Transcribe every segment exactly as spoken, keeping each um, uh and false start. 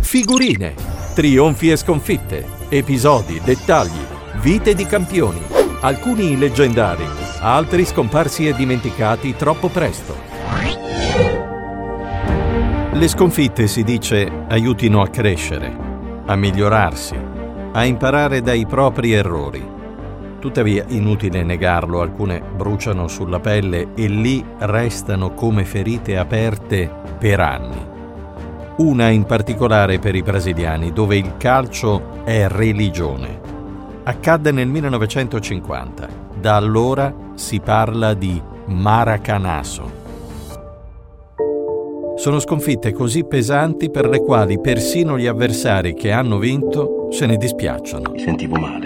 Figurine, trionfi e sconfitte, episodi, dettagli, vite di campioni, alcuni leggendari, altri scomparsi e dimenticati troppo presto. Le sconfitte, si dice, aiutino a crescere, a migliorarsi, a imparare dai propri errori. Tuttavia, inutile negarlo, alcune bruciano sulla pelle e lì restano come ferite aperte per anni. Una in particolare per i brasiliani, dove il calcio è religione. Accadde nel millenovecentocinquanta. Da allora si parla di Maracanazo. Sono sconfitte così pesanti per le quali persino gli avversari che hanno vinto se ne dispiacciono. Mi sentivo male.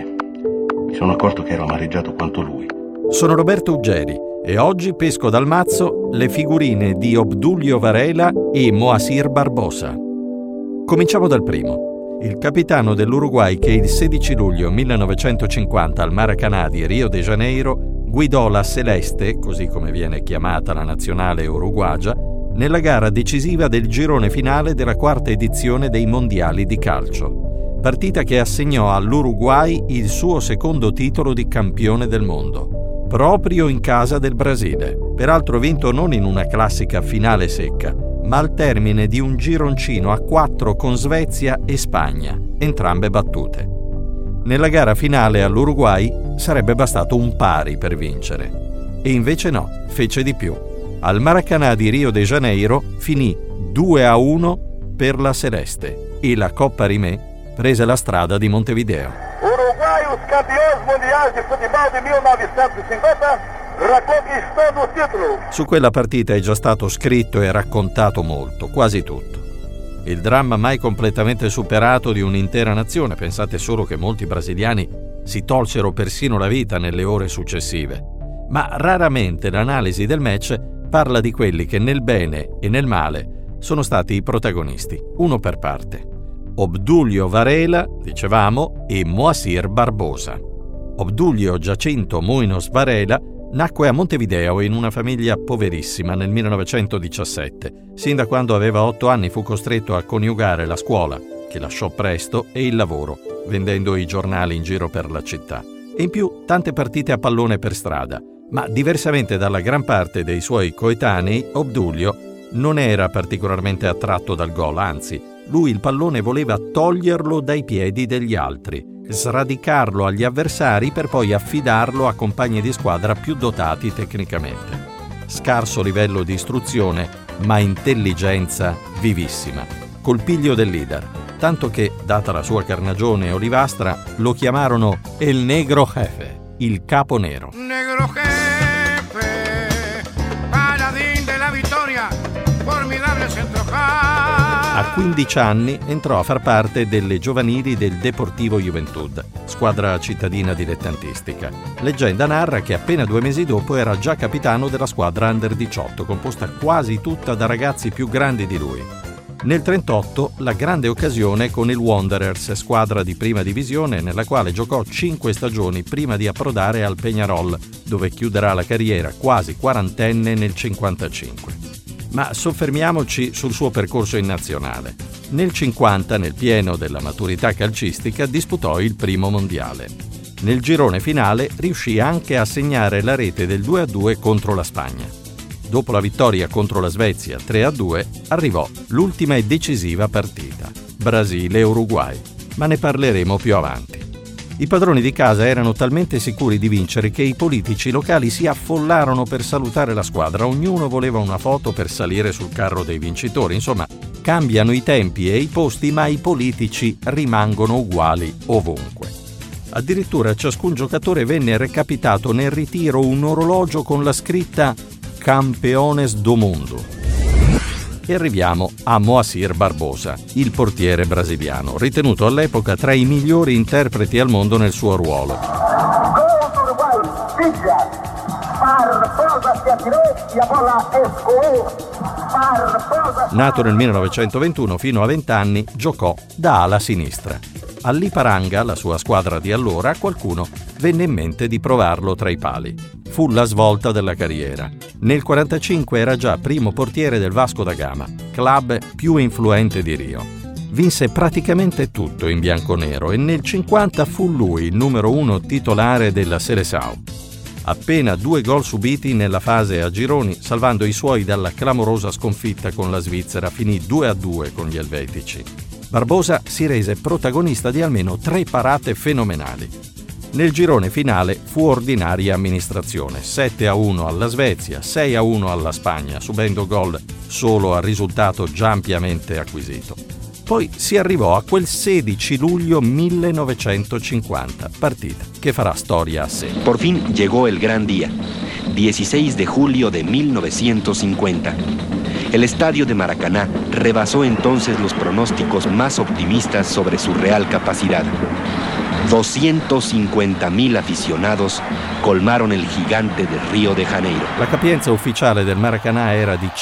Mi sono accorto che ero amareggiato quanto lui. Sono Roberto Uggeri e oggi pesco dal mazzo le figurine di Obdulio Varela e Moacir Barbosa. Cominciamo dal primo. Il capitano dell'Uruguay che il sedici luglio millenovecentocinquanta al Maracanã di Rio de Janeiro guidò la Celeste, così come viene chiamata la nazionale uruguagia, nella gara decisiva del girone finale della quarta edizione dei mondiali di calcio. Partita che assegnò all'Uruguay il suo secondo titolo di campione del mondo, proprio in casa del Brasile, peraltro vinto non in una classica finale secca, ma al termine di un gironcino a quattro con Svezia e Spagna, entrambe battute. Nella gara finale all'Uruguay sarebbe bastato un pari per vincere, e invece no, fece di più. Al Maracanã di Rio de Janeiro finì due a uno per la Celeste e la Coppa Rimè prese la strada di Montevideo. Uruguai, os campeões mundiais de futebol di millenovecentocinquanta, riconquistando il titolo. Su quella partita è già stato scritto e raccontato molto, quasi tutto. Il dramma mai completamente superato di un'intera nazione. Pensate solo che molti brasiliani si tolsero persino la vita nelle ore successive. Ma raramente l'analisi del match parla di quelli che nel bene e nel male sono stati i protagonisti, uno per parte. Obdulio Varela, dicevamo, e Moacir Barbosa. Obdulio Giacinto Muinos Varela nacque a Montevideo in una famiglia poverissima nel millenovecentodiciassette. Sin da quando aveva otto anni fu costretto a coniugare la scuola, che lasciò presto, e il lavoro, vendendo i giornali in giro per la città. E in più tante partite a pallone per strada. Ma diversamente dalla gran parte dei suoi coetanei, Obdulio non era particolarmente attratto dal gol, anzi, lui il pallone voleva toglierlo dai piedi degli altri, sradicarlo agli avversari per poi affidarlo a compagni di squadra più dotati tecnicamente. Scarso livello di istruzione, ma intelligenza vivissima. Col piglio del leader, tanto che, data la sua carnagione olivastra, lo chiamarono El Negro Jefe, il capo nero. Negro Jefe, paladín della vittoria, formidable centrocampista. A quindici anni entrò a far parte delle giovanili del Deportivo Juventud, squadra cittadina dilettantistica. Leggenda narra che appena due mesi dopo era già capitano della squadra under diciotto, composta quasi tutta da ragazzi più grandi di lui. Nel trentotto la grande occasione con il Wanderers, squadra di prima divisione nella quale giocò cinque stagioni prima di approdare al Peñarol, dove chiuderà la carriera quasi quarantenne nel cinquantacinque. Ma soffermiamoci sul suo percorso in nazionale. Nel cinquanta, nel pieno della maturità calcistica, disputò il primo mondiale. Nel girone finale riuscì anche a segnare la rete del due a due contro la Spagna. Dopo la vittoria contro la Svezia tre a due, arrivò l'ultima e decisiva partita, Brasile-Uruguay, ma ne parleremo più avanti. I padroni di casa erano talmente sicuri di vincere che i politici locali si affollarono per salutare la squadra. Ognuno voleva una foto per salire sul carro dei vincitori. Insomma, cambiano i tempi e i posti, ma i politici rimangono uguali ovunque. Addirittura ciascun giocatore venne recapitato nel ritiro un orologio con la scritta Campeones do Mundo. E arriviamo a Moacir Barbosa, il portiere brasiliano, ritenuto all'epoca tra i migliori interpreti al mondo nel suo ruolo. Nato nel millenovecentoventuno, fino a venti anni giocò da ala sinistra. All'Iparanga, la sua squadra di allora, a qualcuno venne in mente di provarlo tra i pali. Fu la svolta della carriera. Nel quarantacinque era già primo portiere del Vasco da Gama, club più influente di Rio. Vinse praticamente tutto in bianconero e nel cinquanta fu lui il numero uno titolare della Seleção. Appena due gol subiti nella fase a gironi, salvando i suoi dalla clamorosa sconfitta con la Svizzera, finì due a due con gli elvetici. Barbosa si rese protagonista di almeno tre parate fenomenali. Nel girone finale fu ordinaria amministrazione, sette a uno alla Svezia, sei a uno alla Spagna, subendo gol solo al risultato già ampiamente acquisito. Poi si arrivò a quel sedici luglio millenovecentocinquanta, partita che farà storia a sé. Por fin llegó el gran día, dieciséis de julio de mil novecientos cincuenta. El estadio de Maracaná rebasó entonces los pronósticos más optimistas sobre su real capacidad. doscientos cincuenta mil aficionados colmaron el gigante del Río de Janeiro. La capienza ufficiale del Maracanã era di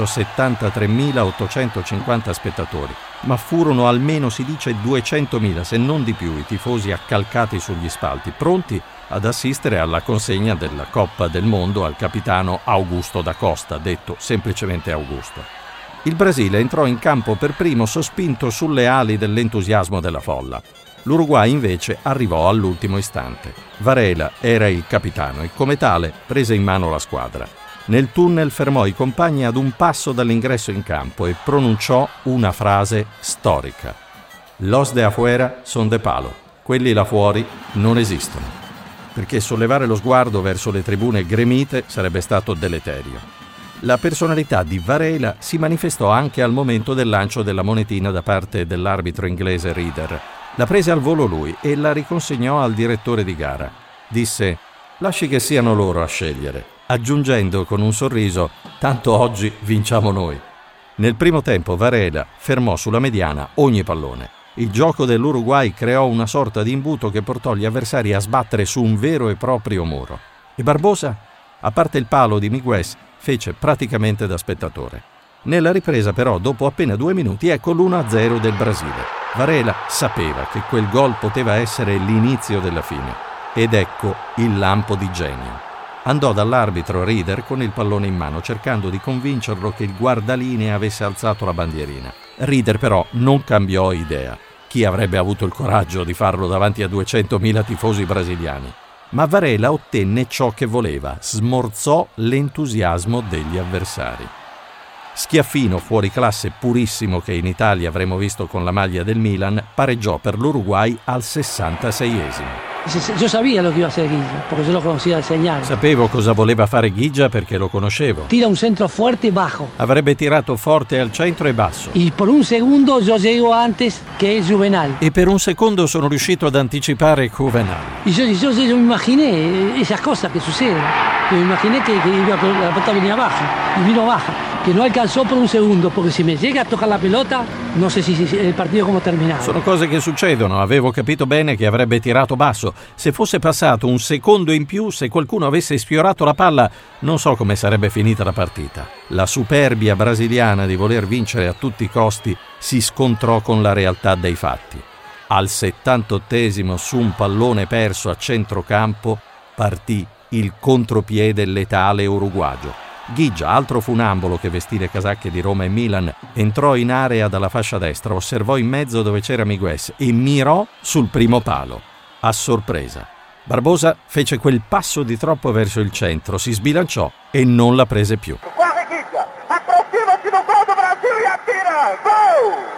centosettantatremilaottocentocinquanta spettatori, ma furono almeno, si dice, duecentomila, se non di più, i tifosi accalcati sugli spalti, pronti ad assistere alla consegna della Coppa del Mondo al capitano Augusto da Costa, detto semplicemente Augusto. Il Brasile entrò in campo per primo, sospinto sulle ali dell'entusiasmo della folla. L'Uruguay invece arrivò all'ultimo istante. Varela era il capitano e come tale prese in mano la squadra. Nel tunnel fermò i compagni ad un passo dall'ingresso in campo e pronunciò una frase storica. Los de afuera son de palo, quelli là fuori non esistono. Perché sollevare lo sguardo verso le tribune gremite sarebbe stato deleterio. La personalità di Varela si manifestò anche al momento del lancio della monetina da parte dell'arbitro inglese Reeder. La prese al volo lui e la riconsegnò al direttore di gara. Disse: «Lasci che siano loro a scegliere», aggiungendo con un sorriso: «Tanto oggi vinciamo noi». Nel primo tempo Varela fermò sulla mediana ogni pallone. Il gioco dell'Uruguay creò una sorta di imbuto che portò gli avversari a sbattere su un vero e proprio muro. E Barbosa, a parte il palo di Miguez, fece praticamente da spettatore. Nella ripresa però, dopo appena due minuti, ecco l'uno a zero del Brasile. Varela sapeva che quel gol poteva essere l'inizio della fine. Ed ecco il lampo di genio. Andò dall'arbitro Reeder con il pallone in mano, cercando di convincerlo che il guardalinee avesse alzato la bandierina. Reeder però non cambiò idea. Chi avrebbe avuto il coraggio di farlo davanti a duecentomila tifosi brasiliani? Ma Varela ottenne ciò che voleva, smorzò l'entusiasmo degli avversari. Schiaffino, fuori classe purissimo che in Italia avremmo visto con la maglia del Milan, pareggiò per l'Uruguay al sessantaseiesimo. Io sabía lo che iba a hacer Guilla, perché io lo conoscia da segnare. Sapevo cosa voleva fare Guilla perché lo conoscevo. Tira un centro fuerte e bajo. Avrebbe tirato forte al centro e basso. E per un secondo io llego antes che Juvenal. E per un secondo sono riuscito ad anticipare Juvenal. E io, io, io mi immaginé esas cosas que suceden. Me imaginé que, que iba, la pelota venía baja y vino baja, que no alcanzó por un segundo, porque si me llega a tocar la pelota, no sé si, si il partito come terminava. Sono cose che succedono, avevo capito bene che avrebbe tirato basso. Se fosse passato un secondo in più, se qualcuno avesse sfiorato la palla, non so come sarebbe finita la partita. La superbia brasiliana di voler vincere a tutti i costi si scontrò con la realtà dei fatti. Al settantottesimo, su un pallone perso a centrocampo, partì il contropiede letale uruguagio. Guilla, altro funambolo che vestì le casacche di Roma e Milan, entrò in area dalla fascia destra, osservò in mezzo dove c'era Miguez e mirò sul primo palo. A sorpresa, Barbosa fece quel passo di troppo verso il centro, si sbilanciò e non la prese più. Corre Guilla, approxima-se do gol do Brasil e atira! Gol!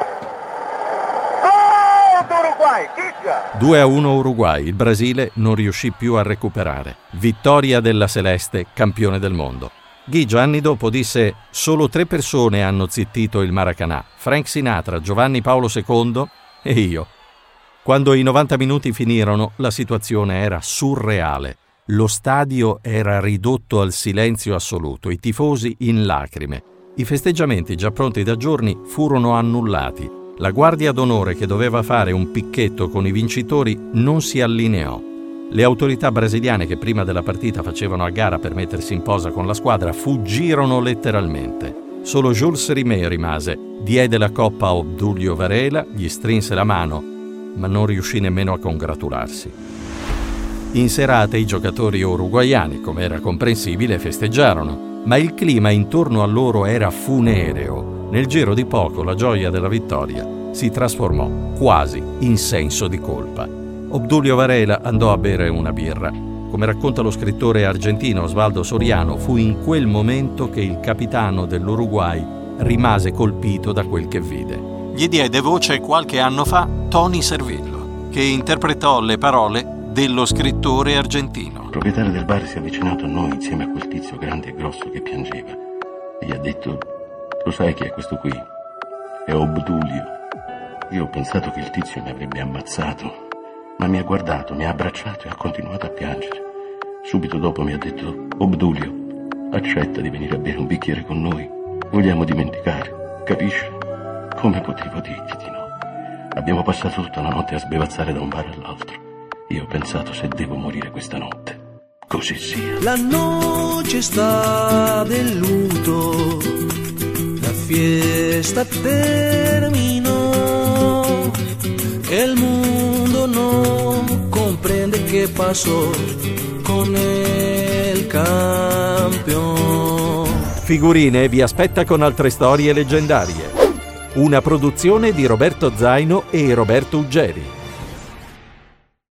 Uruguay, due a uno Uruguay, il Brasile non riuscì più a recuperare. Vittoria della Celeste, campione del mondo. Guilla anni dopo disse: solo tre persone hanno zittito il Maracanã, Frank Sinatra, Giovanni Paolo secondo e io. Quando i novanta minuti finirono, la situazione era surreale. Lo stadio era ridotto al silenzio assoluto, i tifosi in lacrime. I festeggiamenti già pronti da giorni furono annullati. La guardia d'onore che doveva fare un picchetto con i vincitori non si allineò. Le autorità brasiliane che prima della partita facevano a gara per mettersi in posa con la squadra fuggirono letteralmente. Solo Jules Rimet rimase, diede la coppa a Obdulio Varela, gli strinse la mano, ma non riuscì nemmeno a congratularsi. In serata i giocatori uruguaiani, come era comprensibile, festeggiarono, ma il clima intorno a loro era funereo. Nel giro di poco la gioia della vittoria si trasformò quasi in senso di colpa. Obdulio Varela andò a bere una birra. Come racconta lo scrittore argentino Osvaldo Soriano, fu in quel momento che il capitano dell'Uruguay rimase colpito da quel che vide. Gli diede voce qualche anno fa Tony Servillo, che interpretò le parole dello scrittore argentino. Il proprietario del bar si è avvicinato a noi insieme a quel tizio grande e grosso che piangeva e gli ha detto: lo sai chi è questo qui? È Obdulio. Io ho pensato che il tizio mi avrebbe ammazzato, ma mi ha guardato, mi ha abbracciato e ha continuato a piangere. Subito dopo mi ha detto: Obdulio, accetta di venire a bere un bicchiere con noi, vogliamo dimenticare, capisci? Come potevo dirgli di no? Abbiamo passato tutta la notte a sbevazzare da un bar all'altro. Io ho pensato: se devo morire questa notte, così sia. La noche está de luto, la fiesta terminó, el mundo no comprende qué pasó con el campeón. Figurine vi aspetta con altre storie leggendarie. Una produzione di Roberto Zaino e Roberto Uggeri.